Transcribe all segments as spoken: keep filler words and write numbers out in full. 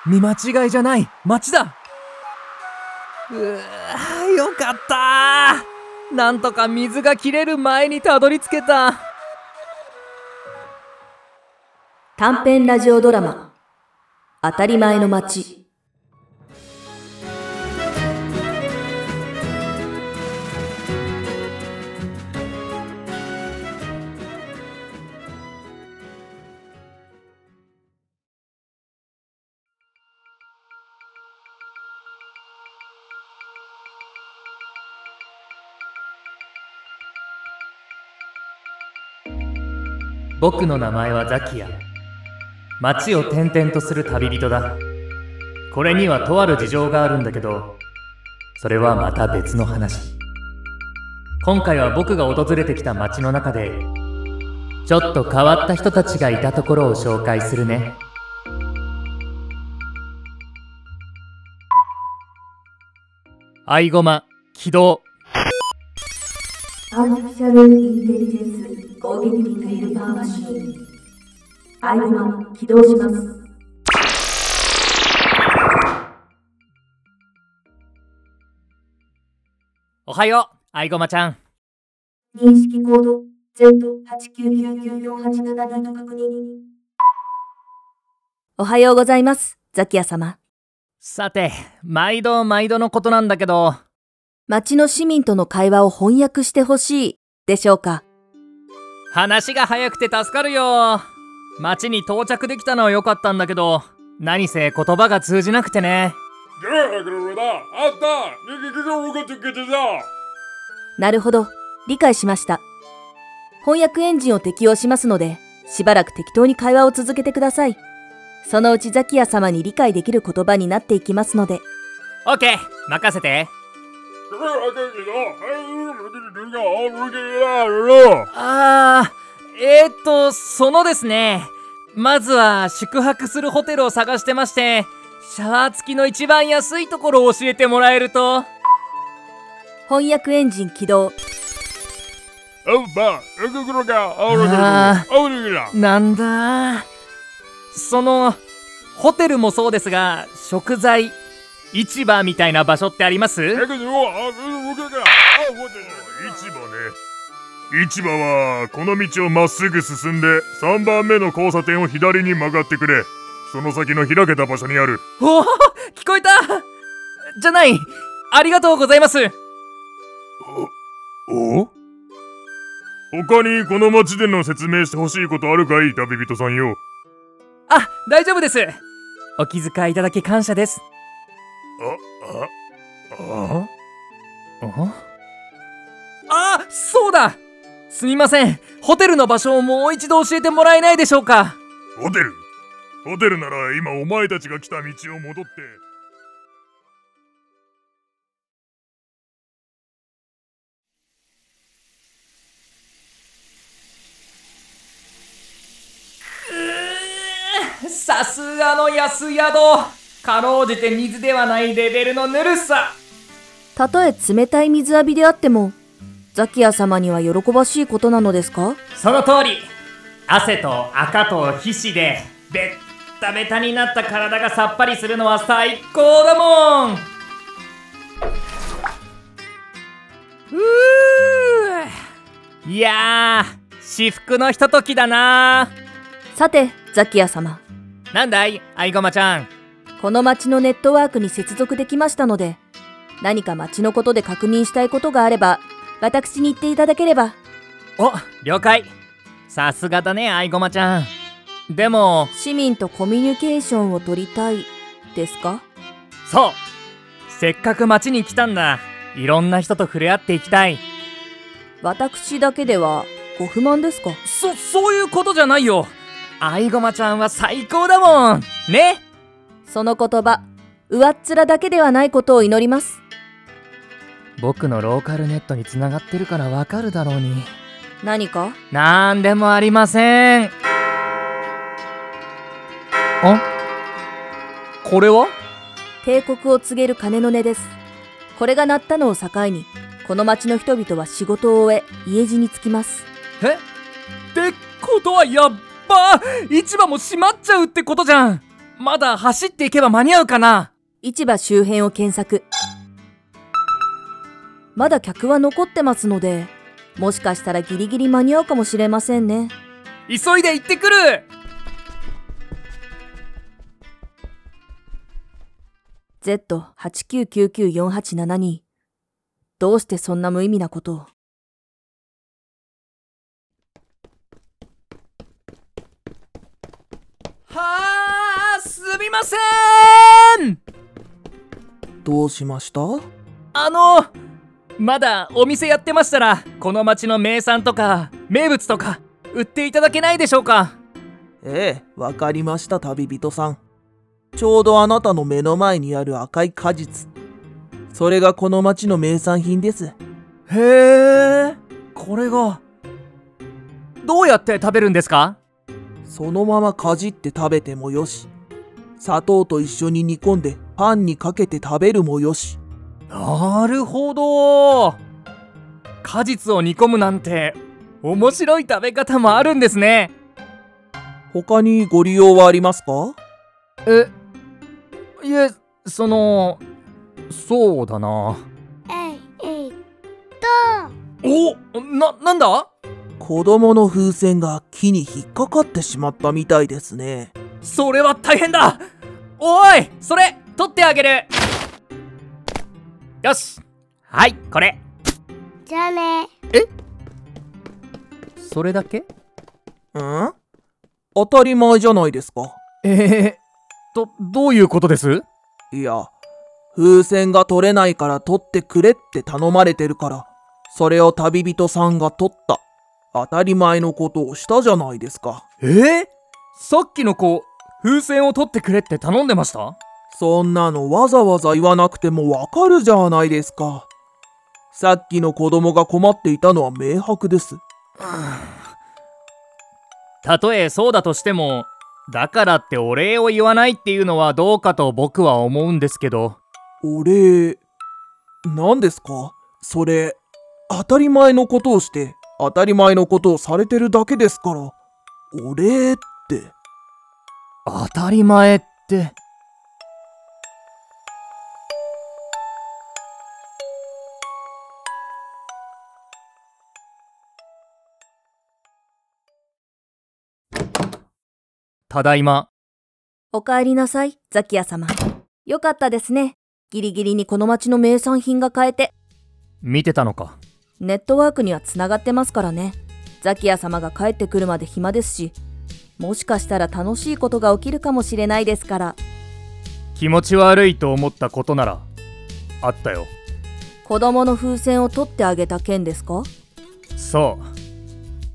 見間違いじゃない町だ。うーよかったー。なんとか水が切れる前にたどり着けた。 短編ラジオドラマ「当たり前の街」。 僕の名前はザキヤ。街を転々とする旅人だ。これにはとある事情があるんだけど、それはまた別の話。今回は僕が訪れてきた街の中でちょっと変わった人たちがいたところを紹介するね。アイゴマ起動。 アーティフィシャルインテリジェンス攻撃的ヘルパーマシーンアイゴマ起動します。 おはようアイゴマちゃん。 認識コード ゼットはちきゅうきゅうきゅうよんはちななに と確認。おはようございますザキヤ様。 さて毎度毎度のことなんだけど、 町の市民との会話を翻訳してほしいでしょうか。 話が早くて助かるよ。町に到着できたのは良かったんだけど、何せ言葉が通じなくてね。 なるほど、理解しました。翻訳エンジンを適用しますので、しばらく適当に会話を続けてください。そのうちザキヤ様に理解できる言葉になっていきますので。 オッケー、任せて。あー、えー、っとそのですね、まずは宿泊するホテルを探してまして、シャワー付きの一番安いところを教えてもらえると。 翻訳エンジン起動。 あー、なんだそのホテルもそうですが、食材市場みたいな場所ってあります？ 市場ね。市場はこの道をまっすぐ進んでさんばんめの交差点を左に曲がってくれ。その先の開けた場所にある。 おお、聞こえたじゃない。ありがとうございます。 おお他にこの町での説明してほしいことあるかい、旅人さんよ。 あ、大丈夫です。お気遣いいただき感謝です。 あ、あ、 あああ、そうだ。すみません、ホテルの場所をもう一度教えてもらえないでしょうか。 ホテルホテルなら今お前たちが来た道を戻って。 くー、さすがの安宿。かろうじて水ではないレベルのぬるさ。 たとえ冷たい水浴びであってもザキヤ様には喜ばしいことなのですか？ その通り。汗と赤と皮脂でベッタベタになった体がさっぱりするのは最高だもん。うー、いやー、至福のひとときだな。 さてザキヤ様、 なんだいアイゴマちゃん。 この町のネットワークに接続できましたので、何か町のことで確認したいことがあれば私に言っていただければ。 お、了解。さすがだねアイゴマちゃん。でも市民とコミュニケーションを取りたいですか？ そう、せっかく町に来たんだ。いろんな人と触れ合っていきたい。 私だけではご不満ですか？ そ、そういうことじゃないよ。アイゴマちゃんは最高だもんね。 その言葉、上っ面だけではないことを祈ります。 僕のローカルネットにつながってるからわかるだろうに。 何か？ なんでもありません。あ、これは？ 帝国を告げる鐘の音です。これが鳴ったのを境に、この町の人々は仕事を終え家路に着きます。 え？ってことはやっばー、市場も閉まっちゃうってことじゃん。 まだ走っていけば間に合うかな。 市場周辺を検索。まだ客は残ってますので、もしかしたらギリギリ間に合うかもしれませんね。 急いで行ってくる。 ゼットはちきゅうきゅうきゅうよんはちななに どうしてそんな無意味なことを。 はあ、すみません。 どうしました？ あのまだお店やってましたら、この町の名産とか名物とか売っていただけないでしょうか。 ええ、わかりました、旅人さん。ちょうどあなたの目の前にある赤い果実、それがこの町の名産品です。 へえ、これがどうやって食べるんですか？ そのままかじって食べてもよし、砂糖と一緒に煮込んでパンにかけて食べるもよし。 なるほど、果実を煮込むなんて面白い食べ方もあるんですね。 他にご利用はありますか？ え、いえ、その、そうだな。 えいえいと。 お、な、なんだ？ 子供の風船が木に引っかかってしまったみたいですね。 それは大変だ。おい、それ取ってあげる。よし、はい、これ。 じゃあね。 え、それだけ？ ん？当たり前じゃないですか。 えーと、どういうことです？ いや、風船が取れないから取ってくれって頼まれてるから、それを旅人さんが取った。当たり前のことをしたじゃないですか。 えー、さっきの子、風船を取ってくれって頼んでました？ そんなのわざわざ言わなくてもわかるじゃないですか。さっきの子供が困っていたのは明白です。 たとえそうだとしても、だからってお礼を言わないっていうのはどうかと僕は思うんですけど。 お礼、何ですか？それ、当たり前のことをして、当たり前のことをされてるだけですから。お礼って。 当たり前って。ただいま。 おかえりなさい、ザキヤ様。よかったですね。ギリギリにこの町の名産品が買えて。 見てたのか。 ネットワークにはつながってますからね。ザキヤ様が帰ってくるまで暇ですし、もしかしたら楽しいことが起きるかもしれないですから。 気持ち悪いと思ったことならあったよ。 子供の風船を取ってあげた件ですか？ そう。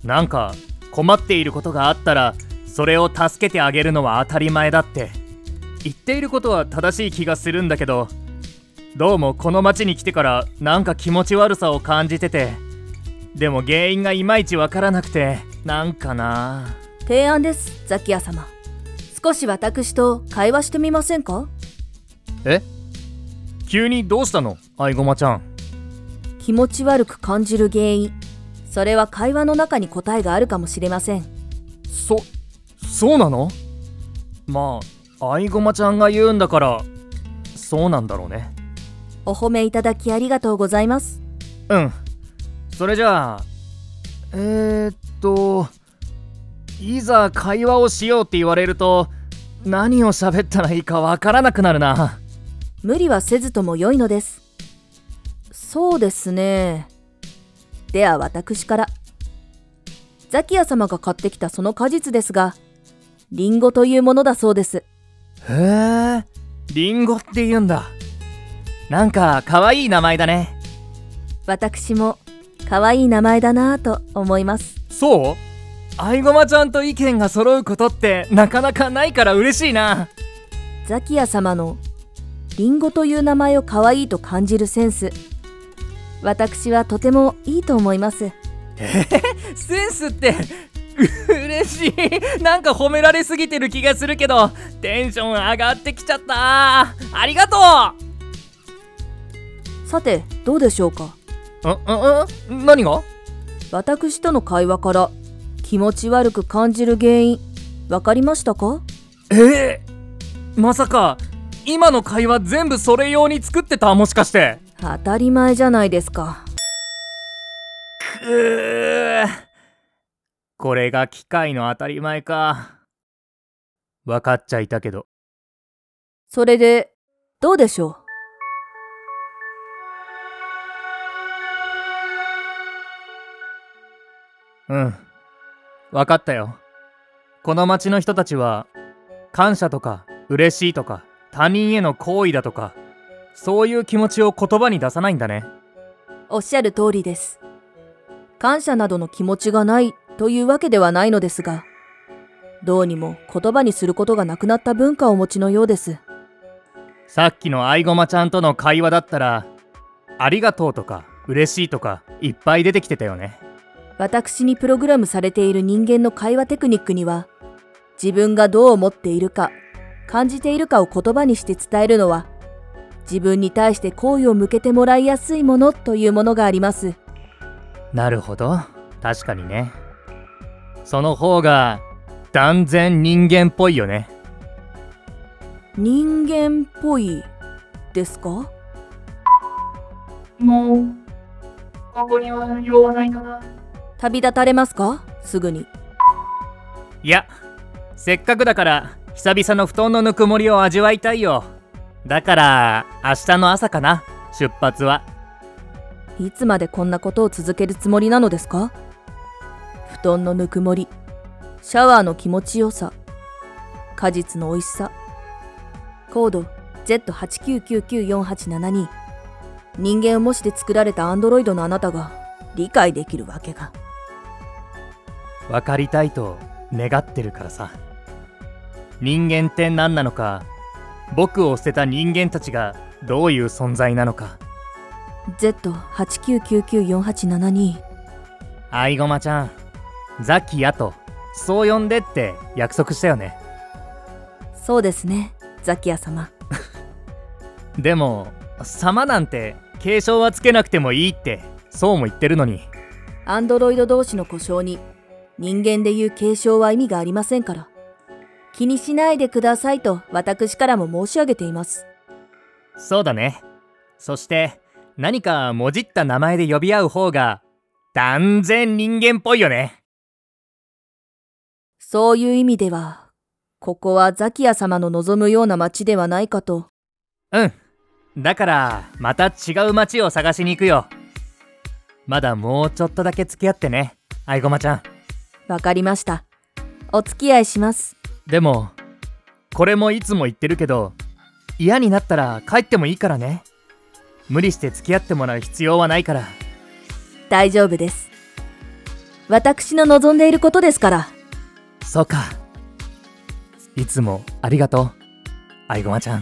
なんか困っていることがあったら、それを助けてあげるのは当たり前だって言っていることは正しい気がするんだけど、どうもこの町に来てからなんか気持ち悪さを感じてて、でも原因がいまいちわからなくて、なんかな。 提案です、ザキヤ様。少し私と会話してみませんか？ え？急にどうしたの、アイゴマちゃん。 気持ち悪く感じる原因、それは会話の中に答えがあるかもしれません。 そ、そうなの？まあ、アイゴマちゃんが言うんだから、そうなんだろうね。 お褒めいただきありがとうございます。 うん。それじゃあ、えー、っと、いざ会話をしようって言われると、何を喋ったらいいかわからなくなるな。 無理はせずとも良いのです。そうですね。では私から。ザキヤ様が買ってきたその果実ですが、リンゴというものだそうです。 へえ、リンゴって言うんだ。なんかかわいい名前だね。 私もかわいい名前だなぁと思います。 そう？アイゴマちゃんと意見が揃うことってなかなかないから嬉しいな。 ザキヤ様のリンゴという名前をかわいいと感じるセンス、私はとてもいいと思います。 えー、センスって嬉しい。なんか褒められすぎてる気がするけど、テンション上がってきちゃった。ありがとう。さてどうでしょうか。 んんん何が？ 私との会話から気持ち悪く感じる原因わかりましたか？ えー、 まさか今の会話全部それ用に作ってた？もしかして。 当たり前じゃないですか。 くー、これが機械の当たり前か。分かっちゃいたけど。 それでどうでしょう。うん、分かったよ。この町の人たちは感謝とか嬉しいとか他人への好意だとか、そういう気持ちを言葉に出さないんだね。 おっしゃる通りです。感謝などの気持ちがないというわけではないのですが、どうにも言葉にすることがなくなった文化をお持ちのようです。 さっきの愛駒ちゃんとの会話だったら、ありがとうとか嬉しいとかいっぱい出てきてたよね。 私にプログラムされている人間の会話テクニックには、自分がどう思っているか、感じているかを言葉にして伝えるのは、自分に対して好意を向けてもらいやすいものというものがあります。 なるほど、確かにね。その方が断然人間っぽいよね。 人間っぽいですか？ もうここには用はないかな。 旅立たれますか？すぐに。 いや、せっかくだから久々の布団のぬくもりを味わいたいよ。だから明日の朝かな、出発は。 いつまでこんなことを続けるつもりなのですか？布団のぬくもり、シャワーの気持ちよさ、果実の美味しさ。コード ゼットはちきゅうきゅうきゅうよんはちななに。人間を模して作られたアンドロイドのあなたが理解できるわけが。 分かりたいと願ってるからさ。人間って何なのか、僕を捨てた人間たちがどういう存在なのか。 ゼットはちきゅうきゅうきゅうよんはちななに。 愛駒ちゃん、ザキヤとそう呼んでって約束したよね。 そうですね、ザキヤ様。 でも様なんて継承はつけなくてもいいってそうも言ってるのに。 アンドロイド同士の呼称に人間でいう継承は意味がありませんから、気にしないでくださいと私からも申し上げています。 そうだね。そして何かもじった名前で呼び合う方が断然人間っぽいよね。 そういう意味では、ここはザキヤ様の望むような町ではないかと。 うん。だからまた違う町を探しに行くよ。まだもうちょっとだけ付き合ってね、愛駒ちゃん。 わかりました。お付き合いします。 でもこれもいつも言ってるけど、嫌になったら帰ってもいいからね。無理して付き合ってもらう必要はないから。 大丈夫です。私の望んでいることですから。 そうか。いつもありがとう、愛駒ちゃん。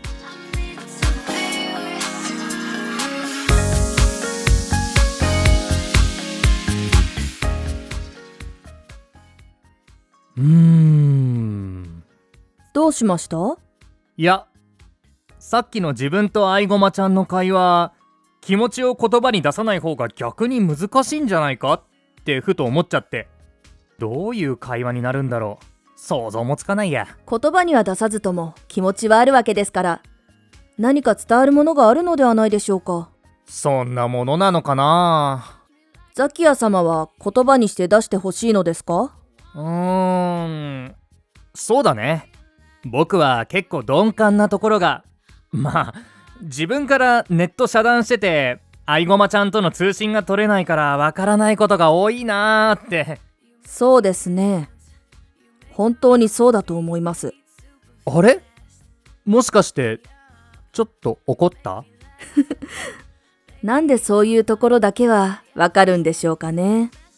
うーん。 どうしました？ いや、さっきの自分と愛駒ちゃんの会話、気持ちを言葉に出さない方が逆に難しいんじゃないかってふと思っちゃって。どういう会話になるんだろう。想像もつかないや。 言葉には出さずとも気持ちはあるわけですから、何か伝わるものがあるのではないでしょうか。 そんなものなのかな。 ザキヤ様は言葉にして出してほしいのですか？ うーん、そうだね。僕は結構鈍感なところが、まあ自分からネット遮断してて愛駒ちゃんとの通信が取れないからわからないことが多いなーって。 そうですね。本当にそうだと思います。 あれ？もしかしてちょっと怒った？ なんでそういうところだけはわかるんでしょうかね。